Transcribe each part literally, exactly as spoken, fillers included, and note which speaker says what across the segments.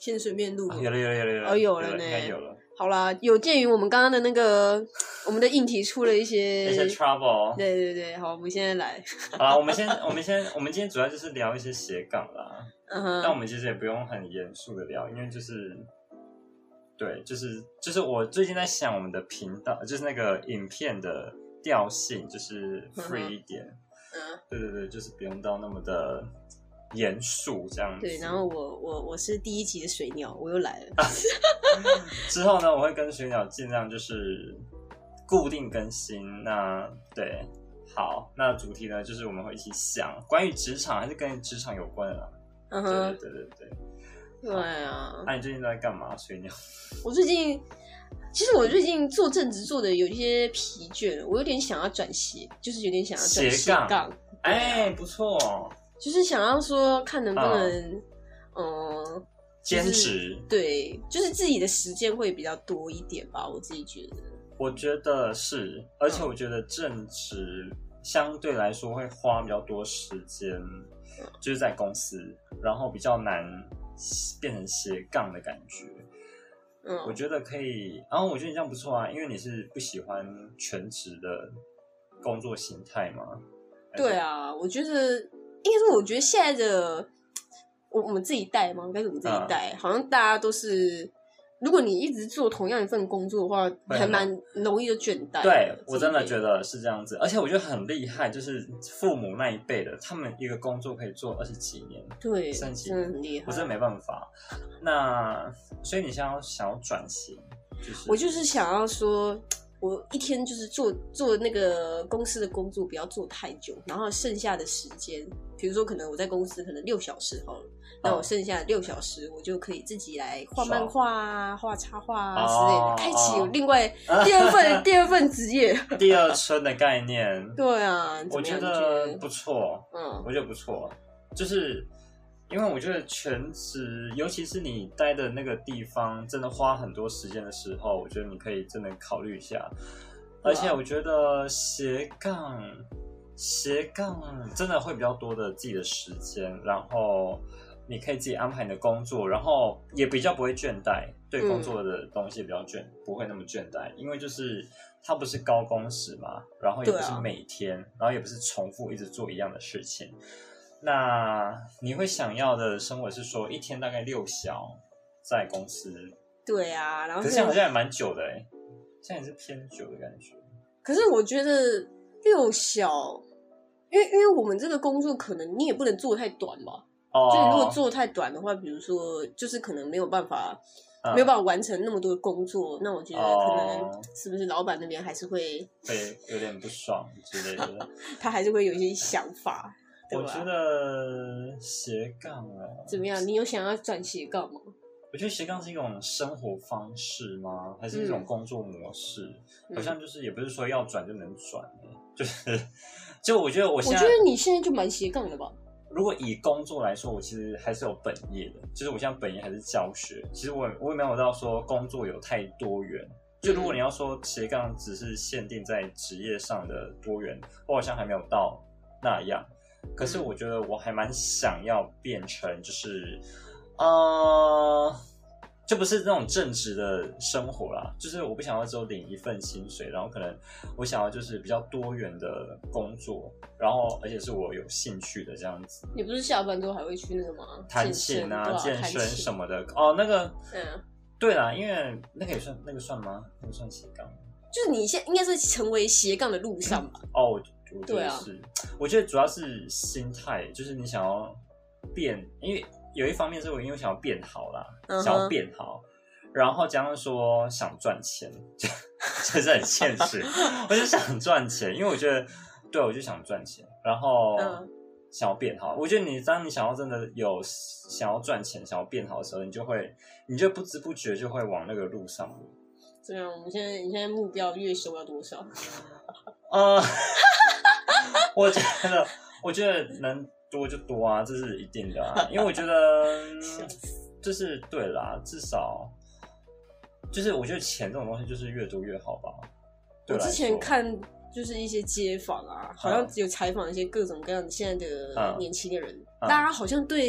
Speaker 1: 先随便录、
Speaker 2: 啊，有了有了有了有了，
Speaker 1: 哦有了呢，
Speaker 2: 应该有了。
Speaker 1: 好啦，有鉴于我们刚刚的那个我们的硬体出了一些
Speaker 2: 一些 trouble，
Speaker 1: 对对对，好，我们现在来。
Speaker 2: 好啦，我们先我们先我们今天主要就是聊一些斜杠啦，
Speaker 1: 嗯哼，
Speaker 2: 但我们其实也不用很严肃的聊，因为就是对，就是就是我最近在想我们的频道，就是那个影片的调性，就是 free 一点，
Speaker 1: 嗯，
Speaker 2: 对对对，就是不用到那么的严肃这样子。
Speaker 1: 对，然后我我我是第一集的水鸟，我又来了。
Speaker 2: 之后呢，我会跟水鸟尽量就是固定更新。那对，好，那主题呢，就是我们会一起想关于职场，还是跟职场有关的啦。
Speaker 1: 嗯哼，
Speaker 2: 对对对对对。
Speaker 1: 对啊。
Speaker 2: 那、啊、你最近都在干嘛，水鸟？
Speaker 1: 我最近，其实我最近做正职做的有一些疲倦，我有点想要转斜，就是有点想要转斜杠。
Speaker 2: 哎、啊，不错。
Speaker 1: 就是想要说看能不能，嗯、呃，
Speaker 2: 兼职，
Speaker 1: 对，就是自己的时间会比较多一点吧，我自己觉得。
Speaker 2: 我觉得是，而且我觉得正职相对来说会花比较多时间，嗯、就是在公司，然后比较难变成斜杠的感觉。嗯，我觉得可以，然后我觉得你这样不错啊，因为你是不喜欢全职的工作形态嘛。
Speaker 1: 对啊，我觉得。应该说，我觉得现在的我我们自己带吗？该怎么自己带？嗯、好像大家都是，如果你一直做同样一份工作的话，还蛮容易的倦怠。
Speaker 2: 对，我真的觉得是这样子，而且我觉得很厉害，就是父母那一辈的，他们一个工作可以做二十几年，
Speaker 1: 对，
Speaker 2: 甚至
Speaker 1: 真的很厉害。
Speaker 2: 我真的没办法。那所以你想要想要转型，就是
Speaker 1: 我就是想要说。我一天就是做做那个公司的工作，不要做太久，然后剩下的时间，比如说可能我在公司可能六小时好了，那、哦、我剩下的六小时，我就可以自己来画漫画啊、画插画啊之类的，哦、开启有另外第二份、哦、第二份职业，
Speaker 2: 第二春的概念。
Speaker 1: 对啊，
Speaker 2: 我觉得不错，嗯，我觉得不错，就是。因为我觉得全职，尤其是你待的那个地方，真的花很多时间的时候，我觉得你可以真的考虑一下。而且我觉得斜杠，斜杠真的会比较多的自己的时间，然后你可以自己安排你的工作，然后也比较不会倦怠，对工作的东西比较倦，嗯、不会那么倦怠，因为就是它不是高工时嘛，然后也不是每天，啊、然后也不是重复一直做一样的事情。那你会想要的生活是说一天大概六小在公司？
Speaker 1: 对啊，然后
Speaker 2: 可是这样好像也蛮久的哎、欸，现在也是偏久的感觉。
Speaker 1: 可是我觉得六小，因为因为我们这个工作可能你也不能做太短吧。哦。就你如果做太短的话，比如说就是可能没有办法，嗯、没有办法完成那么多的工作，那我觉得可能是不是老板那边还是会
Speaker 2: 会有点不爽之类的，
Speaker 1: 他还是会有一些想法。
Speaker 2: 我觉得斜杠啊，
Speaker 1: 怎么样？你有想要转斜杠吗？
Speaker 2: 我觉得斜杠是一种生活方式吗？还是一种工作模式？嗯、好像就是也不是说要转就能转，就是就我觉得我现在，
Speaker 1: 我觉得你现在就蛮斜杠的吧。
Speaker 2: 如果以工作来说，我其实还是有本业的，就是我现在本业还是教学。其实我我也没有到说工作有太多元。就如果你要说斜杠只是限定在职业上的多元，我好像还没有到那样。可是我觉得我还蛮想要变成就是，呃，就不是那种正职的生活啦，就是我不想要只有领一份薪水，然后可能我想要就是比较多元的工作，然后而且是我有兴趣的这样子。
Speaker 1: 你不是下班之后还会去那个吗？
Speaker 2: 弹琴啊、健身什么的哦，那个，嗯，对啦，因为那个也算那个算吗？那个算斜杠？
Speaker 1: 就是你现在应该是成为斜杠的路上吧？
Speaker 2: 嗯、哦。我觉得是，啊、我觉得主要是心态，就是你想要变，因为有一方面是我因为想要变好啦， uh-huh. 想要变好，然后加上说想赚钱，就就是很现实，我就想赚钱，因为我觉得，对，我就想赚钱，然后想要变好。我觉得你当你想要真的有想要赚钱、想要变好的时候，你就会，你就不知不觉就会往那个路上。
Speaker 1: 怎么样？我们现在你现在目标月收要多少？
Speaker 2: 呃。我觉得，我觉得能多就多啊，这是一定的啊。因为我觉得，就是对啦，至少就是我觉得钱这种东西就是越多越好吧。
Speaker 1: 我之前看就是一些街访啊，好像有采访一些各种各样的现在的年轻的人，嗯、大家好像对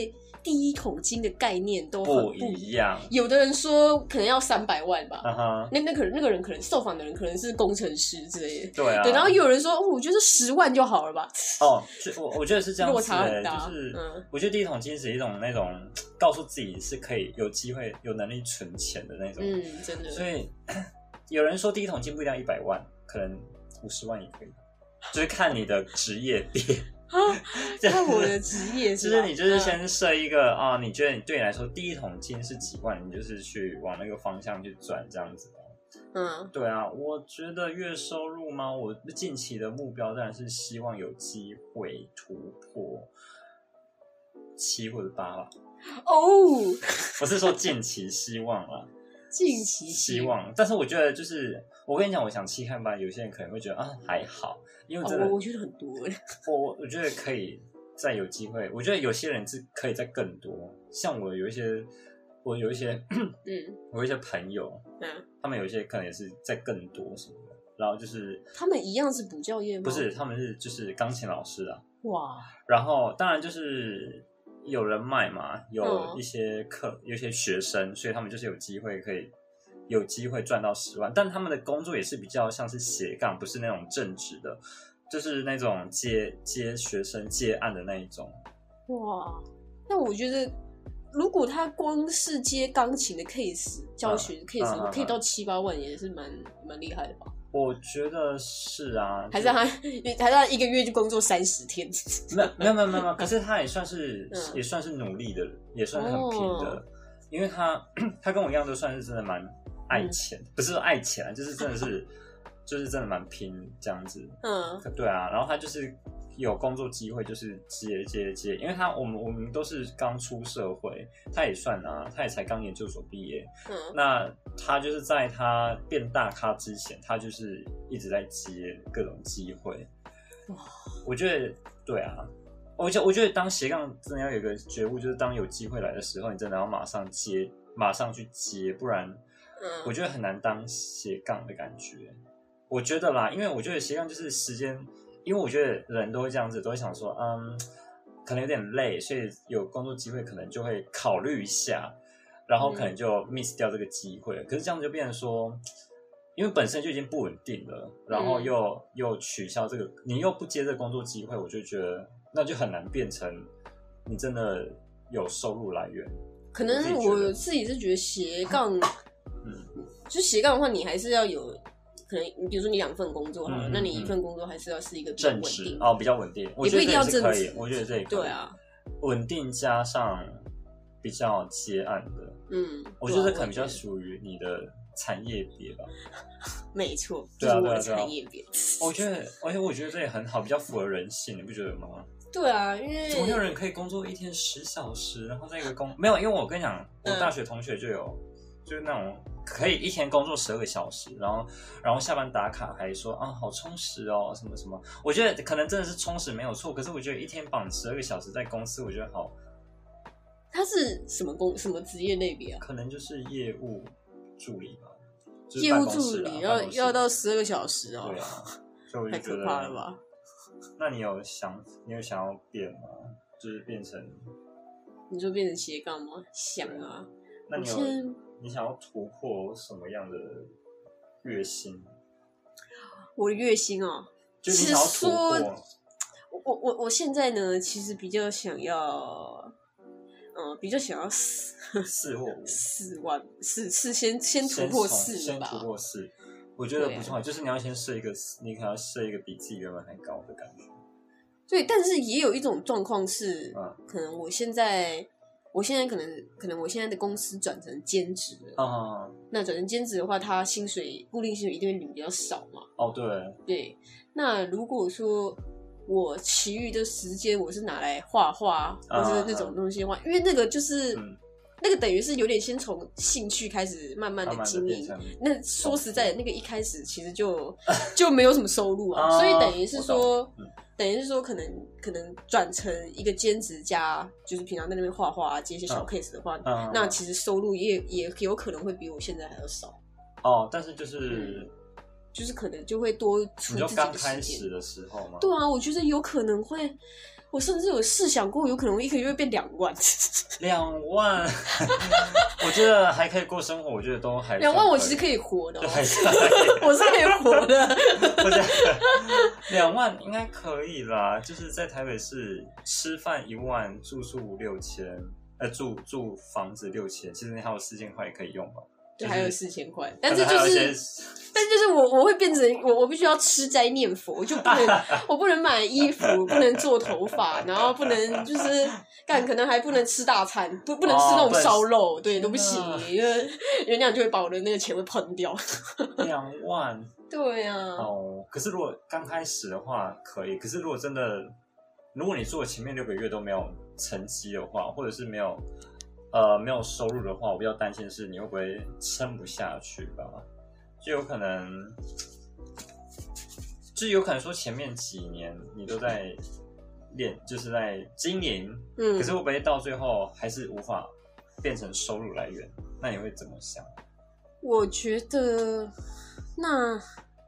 Speaker 1: 第一桶金的概念都很
Speaker 2: 不一样。
Speaker 1: 有的人说可能要三百万吧，
Speaker 2: uh-huh.
Speaker 1: 那那可能那个人可能受访的人可能是工程师之类的，
Speaker 2: 对啊。
Speaker 1: 对，然后又有人说，哦，我觉得十万就好了吧。
Speaker 2: 哦，我我觉得是这样子、欸，
Speaker 1: 落差很大。
Speaker 2: 就是、
Speaker 1: 嗯、
Speaker 2: 我觉得第一桶金是一种那种告诉自己是可以有机会、有能力存钱的那种。
Speaker 1: 嗯，真的。
Speaker 2: 所以有人说第一桶金不一定要一百万，可能五十万也可以，就是看你的职业点。
Speaker 1: 啊，看我的职业是吧？
Speaker 2: 就是你就是先设一个、嗯、啊，你觉得你对你来说第一桶金是几万，你就是去往那个方向去转这样子。
Speaker 1: 嗯，
Speaker 2: 对啊，我觉得月收入吗？我近期的目标当然是希望有机会突破七或者八吧。
Speaker 1: 哦，
Speaker 2: 我是说近期希望啦。
Speaker 1: 近期
Speaker 2: 希望，但是我觉得就是我跟你讲，我想七看八，有些人可能会觉得啊还好，因为真的、
Speaker 1: 哦、我觉得很多，
Speaker 2: 我我觉得可以再有机会，我觉得有些人是可以再更多，像我有一些，我有一些，嗯，我有一些朋友，嗯，他们有一些可能也是再更多什么的，然后就是
Speaker 1: 他们一样是补教业吗？
Speaker 2: 不是，他们是就是钢琴老师啊，
Speaker 1: 哇，
Speaker 2: 然后当然就是有人脉嘛，有一些课、嗯，有一些学生，所以他们就是有机会可以有机会赚到十万，但他们的工作也是比较像是斜杠，不是那种正职的，就是那种接接学生接案的那一种。
Speaker 1: 哇，那我觉得如果他光是接钢琴的 case 教学 case，、嗯、可以到七八万，也是蛮蛮厉害的吧？我
Speaker 2: 觉得是啊，
Speaker 1: 还是他还是他一个月就工作三十天？
Speaker 2: 没有没有没有没有，可是他也算是、嗯、也算是努力的，也算是很拼的，哦、因为他他跟我一样都算是真的蛮爱钱，嗯、不是说爱钱，就是真的是就是真的蛮拼这样子。嗯，对啊，然后他就是有工作机会，就是接接接，因为他我们我们都是刚出社会，他也算啊，他也才刚研究所毕业。嗯，那他就是在他变大咖之前，他就是一直在接各种机会。哇，我觉得对啊，我觉得我觉得当斜杠真的要有一个觉悟，就是当有机会来的时候，你真的要马上接，马上去接，不然，嗯，我觉得很难当斜杠的感觉。我觉得啦，因为我觉得斜杠就是时间。因为我觉得人都会这样子，都会想说，嗯，可能有点累，所以有工作机会可能就会考虑一下，然后可能就 miss 掉这个机会。嗯、可是这样就变成说，因为本身就已经不稳定了，然后又、嗯、又取消这个，你又不接这个工作机会，我就觉得那就很难变成你真的有收入来源。
Speaker 1: 可能我自己是觉得斜杠，嗯，就斜杠的话，你还是要有。可能你比如说你两份工作好了、嗯，那你一份工作还是要是一个比较稳定
Speaker 2: 哦，比较稳定。我觉得这也是可以，我觉得这也可以。
Speaker 1: 对啊，
Speaker 2: 稳定加上比较接案的，嗯，我觉得可能比较属于你的产业别吧。
Speaker 1: 没错，就是我的产业别。
Speaker 2: 我觉得，而且我觉得这也很好，比较符合人性，你不觉得吗？
Speaker 1: 对啊，因为
Speaker 2: 总有人可以工作一天十小时，然后在一个工没有，因为我跟你讲，我大学同学就有。嗯就是那种可以一天工作十二个小时，然后然后下班打卡还说啊好充实哦什么什么，我觉得可能真的是充实没有错，可是我觉得一天绑十二个小时在公司，我觉得好。
Speaker 1: 他是什么工什么职业类别啊？
Speaker 2: 可能就是业务助理吧，
Speaker 1: 就是、业务助理要要到十二个小时哦。
Speaker 2: 对啊，所以我就觉得
Speaker 1: 太可怕了吧？
Speaker 2: 那你有想你有想要变吗？就是变成
Speaker 1: 你说变成斜杠吗？想啊。
Speaker 2: 那你有？你想要突破什么样的月薪？
Speaker 1: 我的月薪哦，
Speaker 2: 就是你想要突破。
Speaker 1: 我我我现在呢，其实比较想要，嗯、呃，比较想要四
Speaker 2: 四或五
Speaker 1: 四万，是是先先突破四吧。
Speaker 2: 先突破四，我觉得不错、啊，就是你要先设一个，你可能要设一个比自己原本还高的感觉。
Speaker 1: 对，但是也有一种状况是、嗯，可能我现在。我现在可能可能我现在的公司转成兼职了，哦、那转成兼职的话，他薪水固定薪水一定会领比较少嘛。
Speaker 2: 哦，对，
Speaker 1: 对。那如果说我其余的时间我是拿来画画或者那种东西的话，因为那个就是、嗯、那个等于是有点先从兴趣开始慢慢的经营。那说实在的，那个一开始其实就就没有什么收入啊，所以等于是说。等于是说，可能可能转成一个兼职加，就是平常在那边画画啊，接一些小 case 的话，嗯、那其实收入也也有可能会比我现在还要少。
Speaker 2: 哦，但是就是、嗯、
Speaker 1: 就是可能就会多出自己的时间。
Speaker 2: 你就刚开始的时候吗？
Speaker 1: 对啊，我觉得有可能会， 我甚至有试想过，有可能我一个月会变两万。
Speaker 2: 两万，我觉得还可以过生活，我觉得都还
Speaker 1: 两万，我其实可以活的、哦，
Speaker 2: 还是
Speaker 1: 我是可以活的。
Speaker 2: 我觉得两万应该可以啦，就是在台北市吃饭一万，住宿五六千，呃，住住房子六千，其实你还有四千块也可以用吧。
Speaker 1: 对，还有四千块，但是就是，但是就是我我会变成我我必须要吃斋念佛，我就不能我不能买衣服，不能做头发，然后不能就是干，可能还不能吃大餐，不不能吃那种烧肉，哦、对都不行，因为人家就会把我的那个钱会喷掉。
Speaker 2: 两万，
Speaker 1: 对啊。
Speaker 2: 哦，可是如果刚开始的话可以，可是如果真的，如果你做前面六个月都没有成绩的话，或者是没有。呃，没有收入的话，我比较担心的是你会不会撑不下去吧？就有可能，就有可能说前面几年你都在练，就是在经营，嗯，可是会不会到最后还是无法变成收入来源？那你会怎么想？
Speaker 1: 我觉得，那，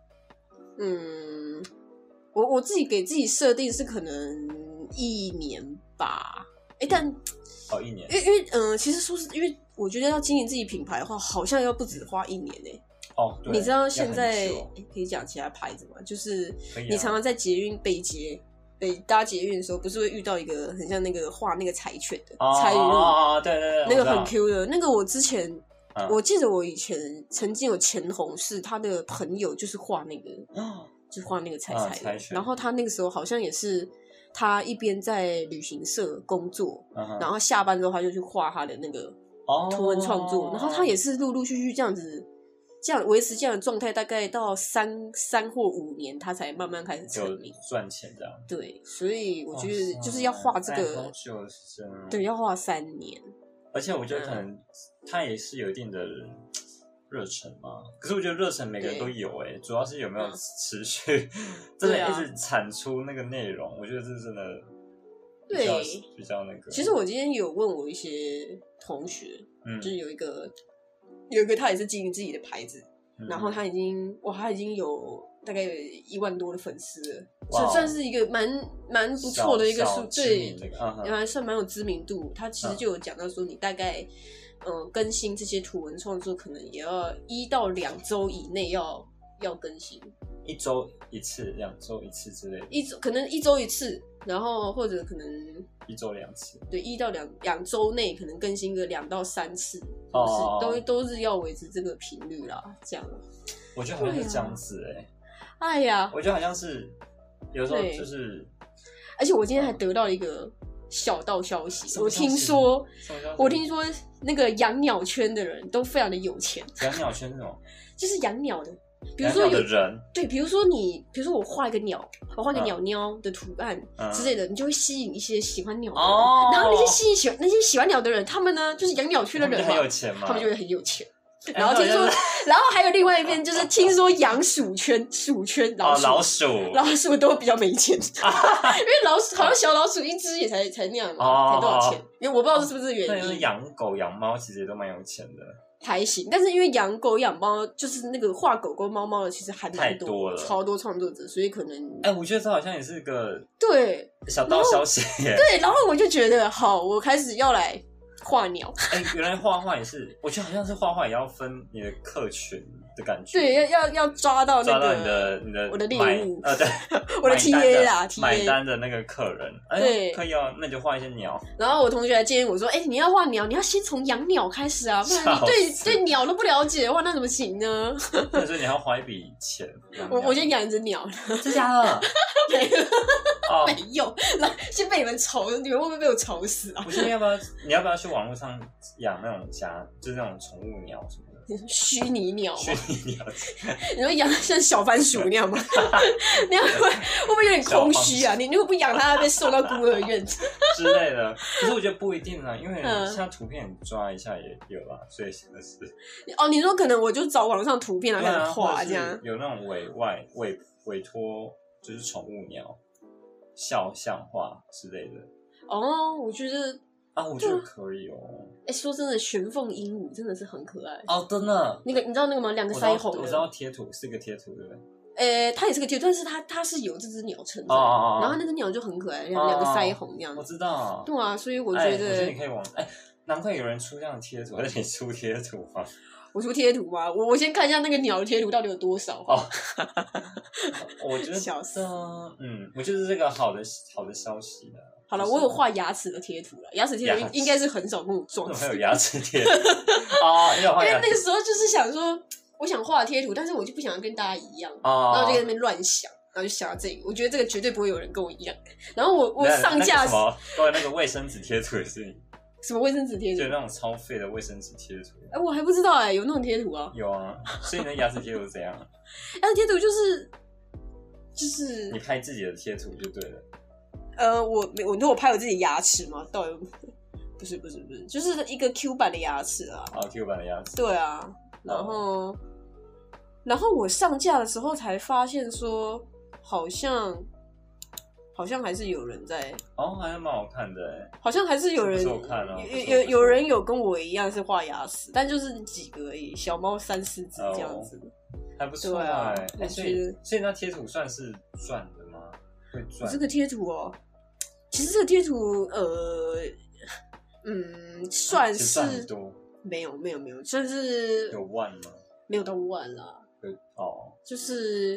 Speaker 1: 嗯，我我自己给自己设定是可能一年吧，哎，但。
Speaker 2: 哦，一年，
Speaker 1: 因为因为嗯、呃，其实说是因为我觉得要经营自己品牌的话，好像要不止花一年呢、欸。
Speaker 2: 哦，对，
Speaker 1: 你知道现在可以讲其他牌子吗？就是你常常在捷运北捷北搭捷运的时候，不是会遇到一个很像那个画那个柴犬的柴鱼
Speaker 2: 哦，对对对，
Speaker 1: 那个很 Q 的那个，我之前、
Speaker 2: 嗯、
Speaker 1: 我记得我以前曾经有前同事，他的朋友就是画那个，哦、就是画那个柴柴的，然后他那个时候好像也是。他一边在旅行社工作， uh-huh. 然后下班之后他就去画他的那个图文创作， oh. 然后他也是陆陆续续这样子，这样维持这样的状态，大概到三三或五年，他才慢慢开始成名
Speaker 2: 赚钱这样。
Speaker 1: 对，所以我觉得就是要画这个，
Speaker 2: 好久的时间，
Speaker 1: 对，要画三年。
Speaker 2: 而且我觉得可能他也是有一定的热忱嘛，可是我觉得热忱每个人都有诶、欸，主要是有没有持续、嗯、真的一直产出那个内容、啊，我觉得这真的比较
Speaker 1: 对
Speaker 2: 比较那个。
Speaker 1: 其实我今天有问我一些同学，嗯，就是有一个有一个他也是经营自己的牌子，嗯、然后他已经哇，他已经有大概有一万多的粉丝了，所以算是一个蛮蛮不错的一个数，对，还算蛮有知名度。他其实就有讲到说，你大概。嗯，更新这些图文创作可能也要一到两周以内要要更新，
Speaker 2: 一周一次、两周一次之类的，
Speaker 1: 一周可能一周一次，然后或者可能
Speaker 2: 一周两次，
Speaker 1: 对，一到两两周内可能更新个两到三次，哦，都都是要维持这个频率啦，这样。
Speaker 2: 我觉得好像是这样子哎、欸，
Speaker 1: 哎呀，
Speaker 2: 我觉得好像是有时候就是，
Speaker 1: 而且我今天还得到一个。小道消息，我听说，我听说那个养鸟圈的人都非常的有钱。
Speaker 2: 养鸟圈是什么？
Speaker 1: 就是养鸟的，比如说有
Speaker 2: 人，
Speaker 1: 对，比如说你，比如说我画一个鸟，我画一个鸟鸟的图案之类的，嗯、你就会吸引一些喜欢鸟的人。哦、然后那些吸引喜欢那些喜欢鸟的人，他们呢就是养鸟圈的人嘛，
Speaker 2: 他们就很有钱嘛，
Speaker 1: 他们就会很有钱。然后听说，然后还有另外一边，就是听说养鼠圈、鼠圈老鼠、
Speaker 2: 哦、老鼠、
Speaker 1: 老鼠都比较没钱，因为老鼠好像小老鼠一只也才才那样嘛，哦、才多少钱？因为我不知道是不是原因。
Speaker 2: 那养狗、养猫其实也都蛮有钱的，
Speaker 1: 还行。但是因为养狗、养猫，就是那个画狗狗、猫猫的，其实还蛮
Speaker 2: 多，多了，
Speaker 1: 超多创作者，所以可能，
Speaker 2: 哎、欸，我觉得这好像也是个
Speaker 1: 对
Speaker 2: 小道消息耶。
Speaker 1: 对，然后我就觉得，好，我开始要来。画鸟，
Speaker 2: 哎、欸，原来画画也是，我觉得好像是画画也要分你的客群的感觉。
Speaker 1: 对，要要要抓到那个
Speaker 2: 抓到你的你的
Speaker 1: 我的猎物，
Speaker 2: 呃，对，
Speaker 1: 我的 T A 啦 ，T A
Speaker 2: 买单的那个客人，哎、
Speaker 1: 对，
Speaker 2: 可以哦，那你就画一些鸟。
Speaker 1: 然后我同学还建议我说，哎、欸，你要画鸟，你要先从养鸟开始啊，不然你对对鸟都不了解的话，那怎么行呢？
Speaker 2: 所以你还要花一笔钱。
Speaker 1: 我我先养一只鸟，
Speaker 2: 真假的？
Speaker 1: 没了，哦、没有，先被你们吵，你们会不会被我吵死啊？
Speaker 2: 我觉得要不要，你要不要去网络上养那种家，就是那种宠物鸟什么的？
Speaker 1: 虚拟鸟，
Speaker 2: 虚拟鸟，
Speaker 1: 你说养像小番薯那样吗？那样会会不会有点空虚啊？你如果不养它，被送到孤儿院
Speaker 2: 之类的。可是我觉得不一定啊，因为现在图片抓一下也有啦，所以真的是。
Speaker 1: 哦，你说可能我就找网上图片来开始画这样，
Speaker 2: 有那种委外委委托，就是宠物鸟肖像画之类的。
Speaker 1: 哦，我觉得。
Speaker 2: 啊，我觉得可以哦。
Speaker 1: 哎、欸，说真的，玄凤鹦鹉真的是很可爱
Speaker 2: 哦，真的。
Speaker 1: 那个你知道那个吗？两个腮红的，
Speaker 2: 我知道贴图，四个贴图对不对？
Speaker 1: 呃，它也是个贴图，但是它它是有这只鸟存在，
Speaker 2: 哦哦哦
Speaker 1: 然后那只鸟就很可爱，两两、哦、个腮红这样子。
Speaker 2: 我知道。
Speaker 1: 对啊，所以我觉得，
Speaker 2: 哎、我觉得你可以往哎，难怪有人出这样的贴图，而且你出贴图吗？
Speaker 1: 我出贴图吗？我我先看一下那个鸟的贴图到底有多少。
Speaker 2: 哦，我觉得小色，嗯，我觉得这个好的好的消息了。
Speaker 1: 好了，我有画牙齿的贴图了，牙齿贴图应该是很少跟我撞。
Speaker 2: 还有牙齿贴图哦，因为
Speaker 1: 那个时候就是想说，我想画贴图，但是我就不想跟大家一样，哦、然后就在那边乱想，然后就想到这个，我觉得这个绝对不会有人跟我一样。然后我我上架
Speaker 2: 什么，对，那个卫生纸贴图也是。
Speaker 1: 什么卫生纸贴图？
Speaker 2: 就那种超废的卫生纸贴图。
Speaker 1: 哎、欸，我还不知道哎、欸，有那种贴图啊？
Speaker 2: 有啊，所以你的牙齿贴图怎样？
Speaker 1: 牙齿贴图就是就是你
Speaker 2: 拍自己的贴图就对了。
Speaker 1: 呃，我我如果拍我自己牙齿吗？到底不是不是不是，就是一个 Q 版的牙齿啊。
Speaker 2: 啊 ，Q 版的牙齿。
Speaker 1: 对啊，然后、哦、然后我上架的时候才发现说，好像。好像还是有人在
Speaker 2: 哦，还是蛮好看的哎。
Speaker 1: 好像还是有人
Speaker 2: 有看、哦、
Speaker 1: 有有有人有跟我一样是画牙齿，但就是几个而已，小猫三四只这样子，
Speaker 2: 哦、还不错哎、啊欸。所以所以那贴图算是赚的吗？会赚？
Speaker 1: 这个贴图哦，其实这个贴图呃，嗯，算是
Speaker 2: 赚很多，
Speaker 1: 没有没有没有，算是
Speaker 2: 有万吗？
Speaker 1: 没有到万啦，
Speaker 2: 哦，
Speaker 1: 就是。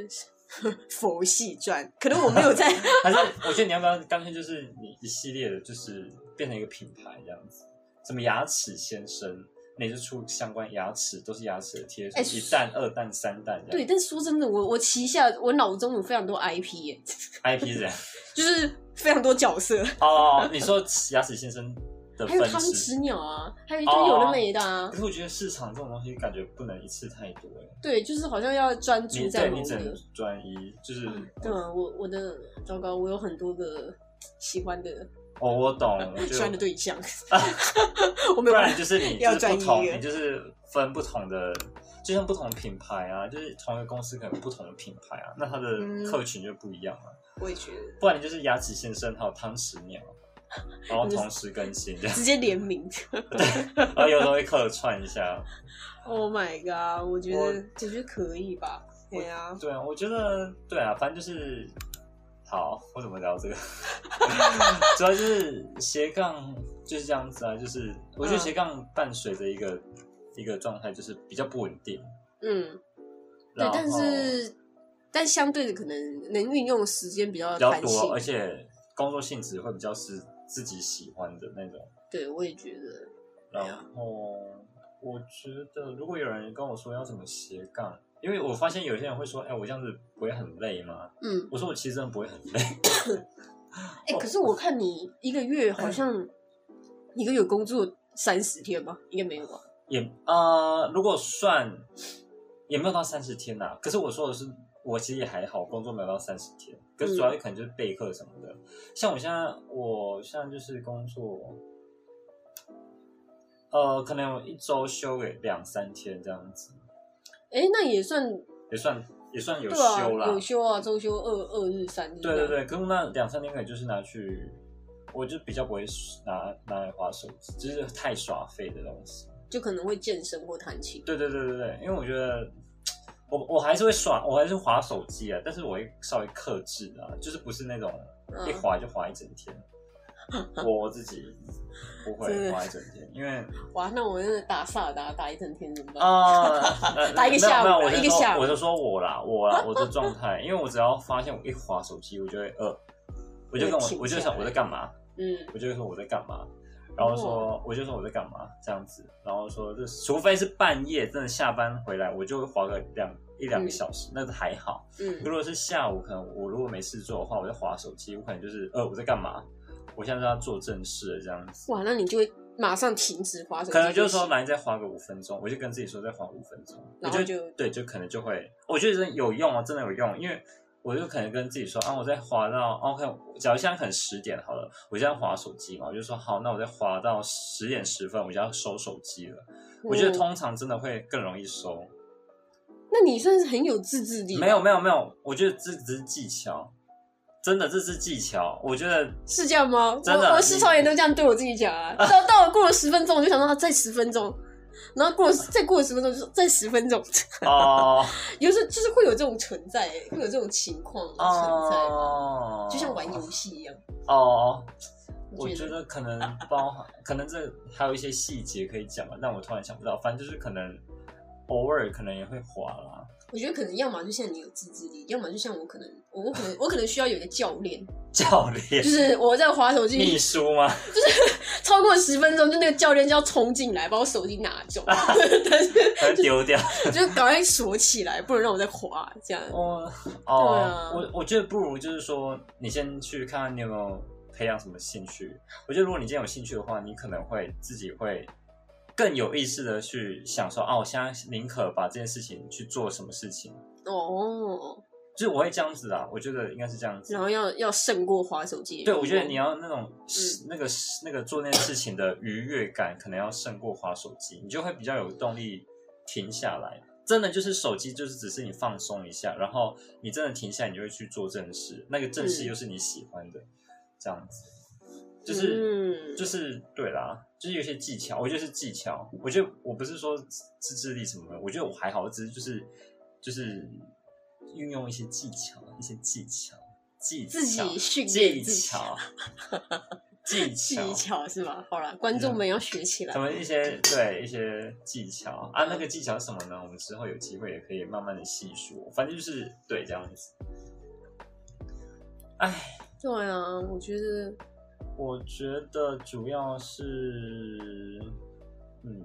Speaker 1: 佛系赚，可能我没有在。
Speaker 2: 还是我觉得你要不要干脆就是你一系列的，就是变成一个品牌这样子，什么牙齿先生，那就出相关牙齿都是牙齿的贴图，欸、一弹、二弹、三弹这样。
Speaker 1: 对，但是说真的，我我旗下我脑中有非常多 I P 耶。
Speaker 2: I P 是怎样？
Speaker 1: 就是非常多角色。
Speaker 2: 哦，你说牙齿先生。
Speaker 1: 还有汤匙鸟啊，还有一堆有的没的啊。
Speaker 2: 可是我觉得市场这种东西感觉不能一次太多哎。
Speaker 1: 对，就是好像要专注在某个。
Speaker 2: 你只能专一，就是。
Speaker 1: 对啊，我我的糟糕，我有很多个喜欢的。
Speaker 2: 哦，我懂，我
Speaker 1: 喜欢的对象。
Speaker 2: 我没有。不然就是你就是不同，你就是分不同的，就像不同的品牌啊，就是同一个公司可能有不同的品牌啊，那它的客群就不一样啊。
Speaker 1: 我也觉得。
Speaker 2: 不然你就是牙齿先生还有汤匙鸟。然后同时更新，这样
Speaker 1: 直接联名，
Speaker 2: 对，然后有时候会客串一下。
Speaker 1: Oh my god！ 我觉得我觉得可以吧？对啊，
Speaker 2: 对啊，我觉得对啊，反正就是好。我怎么聊这个？主要就是斜杠就是这样子啊，就是我觉得斜杠伴随着一个、嗯、一个状态，就是比较不稳定。嗯，
Speaker 1: 对，但是但相对的可能能运用时间比较
Speaker 2: 比较多，而且工作性质会比较是。自己喜欢的那种，
Speaker 1: 对，我也觉得。
Speaker 2: 然后我觉得，如果有人跟我说要怎么斜杠，因为我发现有些人会说：“哎、欸，我这样子不会很累吗？”嗯，我说我其实真的不会很累。
Speaker 1: 哎、欸，可是我看你一个月好像一个月工作三十天吧，应该没有吧？
Speaker 2: 也呃，如果算也没有到三十天呐、啊。可是我说的是。我其实也还好，工作没有到三十天，可是主要可能就是备课什么的。嗯、像我现在，我现在就是工作，呃，可能有一周休个两三天这样子。
Speaker 1: 哎，那也算
Speaker 2: 也算也算有休啦，
Speaker 1: 啊、有休啊，周休二二日三日。
Speaker 2: 对对对，可是那两三天可能就是拿去，我就比较不会拿拿来滑手机，就是太耍废的东西，
Speaker 1: 就可能会健身或弹琴。
Speaker 2: 对对对对对，因为我觉得。我我还是会刷，我还是滑手机啊，但是我会稍微克制啊，就是不是那种一滑就滑一整天。嗯、我自己不会滑一整天，因为
Speaker 1: 哇，那我真的打萨打打一整天怎么办？
Speaker 2: 啊、
Speaker 1: 呃，打一个下午，
Speaker 2: 没有，没有，
Speaker 1: 一个下午。
Speaker 2: 我就说我啦，我啦，我的状态，因为我只要发现我一滑手机，我就会呃，我就跟我我就想我在干嘛，嗯，我就会说我在干嘛。然后说，我就说我在干嘛这样子，然后说，就除非是半夜真的下班回来，我就会滑个两一两个小时，嗯、那个还好。嗯，如果是下午，可能我如果没事做的话，我在滑手机，我可能就是呃我在干嘛？我现在要做正事了这样子。
Speaker 1: 哇，那你就会马上停止滑手机。
Speaker 2: 可能就是说，来再滑个五分钟，我就跟自己说再滑五分钟，
Speaker 1: 然后就
Speaker 2: 我就对，就可能就会，我觉得真的有用啊，真的有用，因为。我就可能跟自己说啊，我再滑到 OK， 假如现在可能十点好了，我现在滑手机嘛，我就说好，那我再滑到十点十分，我就要收手机了。嗯、我觉得通常真的会更容易收。
Speaker 1: 那你算是很有自制力。
Speaker 2: 没有没有没有，我觉得这只是技巧，真的这是技巧。我觉得
Speaker 1: 是这样吗？
Speaker 2: 真的，
Speaker 1: 我我时常也都这样对我自己讲啊。到到了过了十分钟，我就想到再十分钟。 然后过了再过了十分钟，就是再十分钟。
Speaker 2: 哦，
Speaker 1: 有时候就是会有这种存在，会有这种情况存在，
Speaker 2: 哦，
Speaker 1: 就像玩游戏一样。
Speaker 2: 哦，我觉得可能包含，可能这还有一些细节可以讲吧，但我突然想不到。反正就是可能偶尔可能也会滑啦。
Speaker 1: 我觉得可能要么就像你有自制力，要么就像我可能我我可能我可能需要有一个教练，
Speaker 2: 教练
Speaker 1: 就是我在滑手机，
Speaker 2: 秘书吗？
Speaker 1: 就是超过十分钟，就那个教练就要冲进来把我手机拿走，但是
Speaker 2: 丢掉，
Speaker 1: 就赶快锁起来，不能让我再滑这样。
Speaker 2: 哦哦，
Speaker 1: 对啊，
Speaker 2: 我我觉得不如就是说，你先去看看你有没有培养什么兴趣。我觉得如果你今天有兴趣的话，你可能会自己会更有意识的去想说，啊，我现在宁可把这件事情去做什么事情。
Speaker 1: 哦，
Speaker 2: 就是我会这样子啊，我觉得应该是这样子。
Speaker 1: 然后要要胜过滑手机。
Speaker 2: 对，我觉得你要那种、
Speaker 1: 嗯、
Speaker 2: 那个那个做那件事情的愉悦感，可能要胜过滑手机，你就会比较有动力停下来。真的就是手机，就是只是你放松一下，然后你真的停下来，你就会去做正事。那个正事又是你喜欢的，嗯、这样子。就是、嗯、就是对啦，就是有些技巧，我觉得是技巧。我觉得我不是说自制力什么的，我觉得我还好，只是就是就是运用一些技巧，一些技巧，技巧，
Speaker 1: 自己训练
Speaker 2: 技巧，技巧，
Speaker 1: 技巧是吗？好啦，观众们要学起来。
Speaker 2: 什么一些对一些技巧啊？那个技巧是什么呢？我们之后有机会也可以慢慢的细说。反正就是对这样子。哎，
Speaker 1: 对啊，我觉得。
Speaker 2: 我觉得主要是，嗯，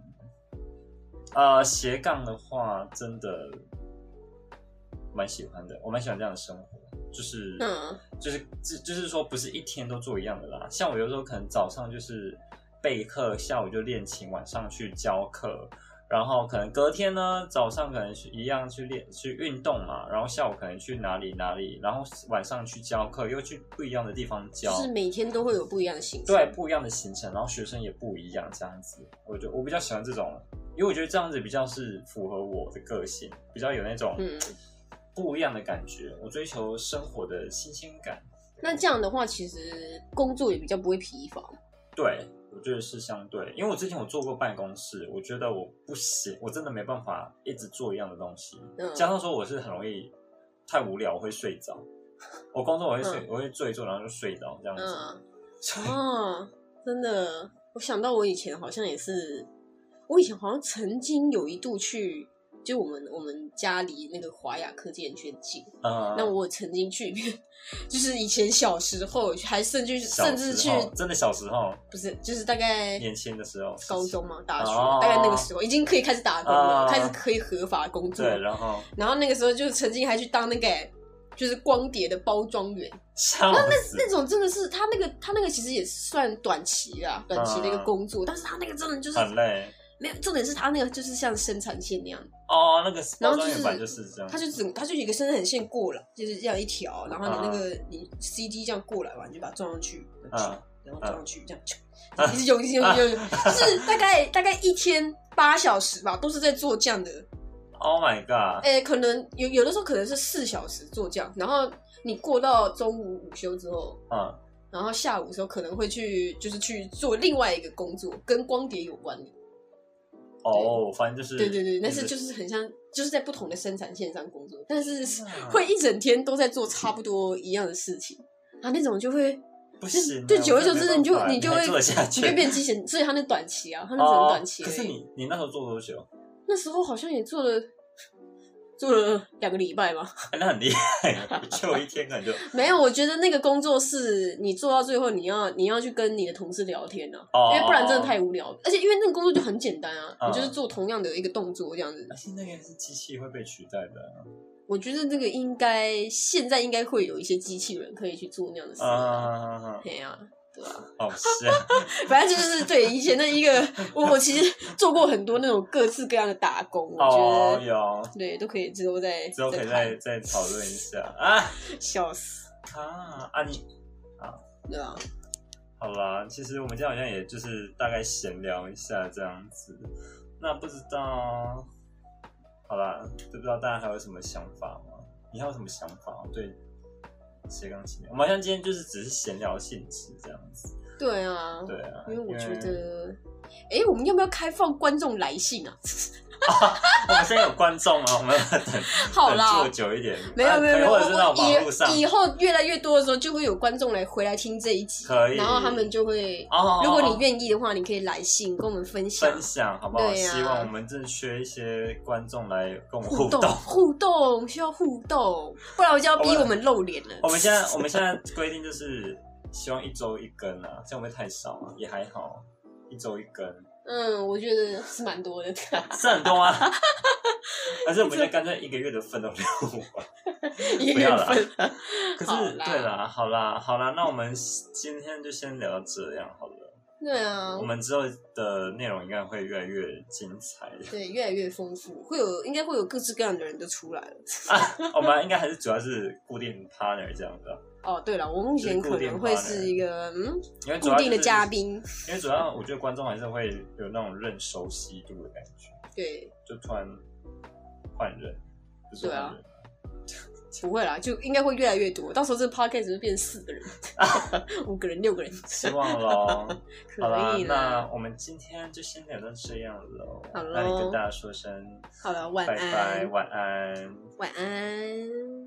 Speaker 2: 呃，斜杠的话，真的蛮喜欢的，我蛮喜欢这样的生活，就是，嗯，就是就是说，不是一天都做一样的啦。像我有时候可能早上就是备课，下午就练琴，晚上去教课。然后可能隔天呢，早上可能一样去练去运动嘛，然后下午可能去哪里哪里，然后晚上去教课，又去不一样的地方教，
Speaker 1: 就是每天都会有不一样的行程，
Speaker 2: 对，不一样的行程，然后学生也不一样，这样子，我就我比较喜欢这种，因为我觉得这样子比较是符合我的个性，比较有那种不一样的感觉，我追求生活的新鲜感。
Speaker 1: 那这样的话，其实工作也比较不会疲乏。
Speaker 2: 对。我觉得是相对，因为我之前我做过办公室，我觉得我不行，我真的没办法一直做一样的东西。嗯、加上说我是很容易太无聊，我会睡着。我工作我会睡，嗯、我会做一做，然后就睡着这样子。
Speaker 1: 嗯、哦，真的，我想到我以前好像也是，我以前好像曾经有一度去。就我们我们家离那个华雅科技园区很近，嗯、那我曾经去，就是以前小时候还甚至甚至去，
Speaker 2: 真的小时候
Speaker 1: 不是，就是大概
Speaker 2: 年轻的时候，
Speaker 1: 高中嘛，大学、哦、大概那个时候已经可以开始打工了，哦、开始可以合法工作。
Speaker 2: 对，然后
Speaker 1: 然后那个时候就曾经还去当那个就是光碟的包装员，那那那种真的是他那个他那个其实也算短期啦，短期的一个工作，嗯、但是他那个真的就是
Speaker 2: 很累。
Speaker 1: 没有，重点是他那个就是像生产线那样
Speaker 2: 哦，那个
Speaker 1: 包装
Speaker 2: 员版就是这样，
Speaker 1: 他就整他就有一个生产线过来，就是这样一条，然后你那个、uh, 你 C D 这样过来嘛，你就把它装上去， uh, 然后装上去， uh, 这样，一直用一直用一直用，就是大概大概一天八小时吧，都是在做这样的。
Speaker 2: Oh my god！
Speaker 1: 哎、欸，可能有有的时候可能是四小时做这样，然后你过到中午午休之后，嗯。Uh. 然后下午的时候可能会去，就是去做另外一个工作，跟光碟有关的。
Speaker 2: 哦，反正就是
Speaker 1: 对对对，但是就是很像，就是在不同的生产线上工作，但是会一整天都在做差不多一样的事情啊，那种就会
Speaker 2: 不行，
Speaker 1: 对，久而久之你就你就会
Speaker 2: 做下去，
Speaker 1: 你就变机器人，所以他那短期啊，他那只能短期、
Speaker 2: 哦。可是你你那时候做多久？
Speaker 1: 那时候好像也做了。做了两个礼拜吧，
Speaker 2: 那很厉害，就一天可能就
Speaker 1: 没有。我觉得那个工作是你做到最后，你要你要去跟你的同事聊天啊，哦、因为不然真的太无聊了。而且因为那个工作就很简单啊，哦、你就是做同样的一个动作这样子。
Speaker 2: 而且那个是机器会被取代的、啊。
Speaker 1: 我觉得这个应该现在应该会有一些机器人可以去做那样的事啊，对啊。对啊，
Speaker 2: 好像
Speaker 1: 反正就是对以前的一个，我我其实做过很多那种各式各样的打工，我觉得、
Speaker 2: 哦、有
Speaker 1: 对都可以之后再
Speaker 2: 之后可以再再讨论一下啊，
Speaker 1: 笑死
Speaker 2: 啊啊你啊
Speaker 1: 对啊，
Speaker 2: 好啦，其实我们今天好像也就是大概闲聊一下这样子，那不知道好啦，不知道大家还有什么想法吗？你还有什么想法对？斜杠青年，我们好像今天就是只是闲聊性质这样子。
Speaker 1: 对啊，
Speaker 2: 对啊，
Speaker 1: 因为我觉得，哎，我们要不要开放观众来信啊？
Speaker 2: 啊我们现在有观众吗？我们要等
Speaker 1: 好啦，
Speaker 2: 等做久一点，
Speaker 1: 没有没有没有，
Speaker 2: 或者是那种网络上，
Speaker 1: 以后越来越多的时候，就会有观众来回来听这一集，
Speaker 2: 可以，
Speaker 1: 然后他们就会，
Speaker 2: 哦、
Speaker 1: 如果你愿意的话，你可以来信跟我们分享，
Speaker 2: 分享好不好？啊、希望我们真的缺一些观众来跟我们互动，
Speaker 1: 互动需要互动，不然我就要逼我们露脸了。
Speaker 2: 我们现在我们现在规定就是希望一周一更啊，这样会不会太少啊？也还好，一周一更。
Speaker 1: 嗯，我觉得是蛮多的，
Speaker 2: 是很多啊。还是我们就干脆一个月的分都留完，
Speaker 1: 一个月份。
Speaker 2: 可是对啦，好啦，好啦，那我们今天就先聊到这样好了。
Speaker 1: 对啊，
Speaker 2: 我们之后的内容应该会越来越精彩，
Speaker 1: 对，越来越丰富，会有应该会有各式各样的人都出来了。
Speaker 2: 啊、我们应该还是主要是固定 partner 这样的。
Speaker 1: 哦，对了，我目前可能会是一个嗯，
Speaker 2: 因为
Speaker 1: 固定的嘉宾，
Speaker 2: 因为主要我觉得观众还是会有那种认熟悉度的感觉。
Speaker 1: 对，
Speaker 2: 就突然换人，不是换人。
Speaker 1: 不会啦，就应该会越来越多。到时候这个 podcast 会变四个人、五个人、六个人。
Speaker 2: 希望咯。
Speaker 1: 可以
Speaker 2: 啦，那我们今天就先聊到这样喽。
Speaker 1: 好咯，
Speaker 2: 那你跟大家说声
Speaker 1: 好了，晚安，
Speaker 2: 拜拜，晚安，
Speaker 1: 晚安。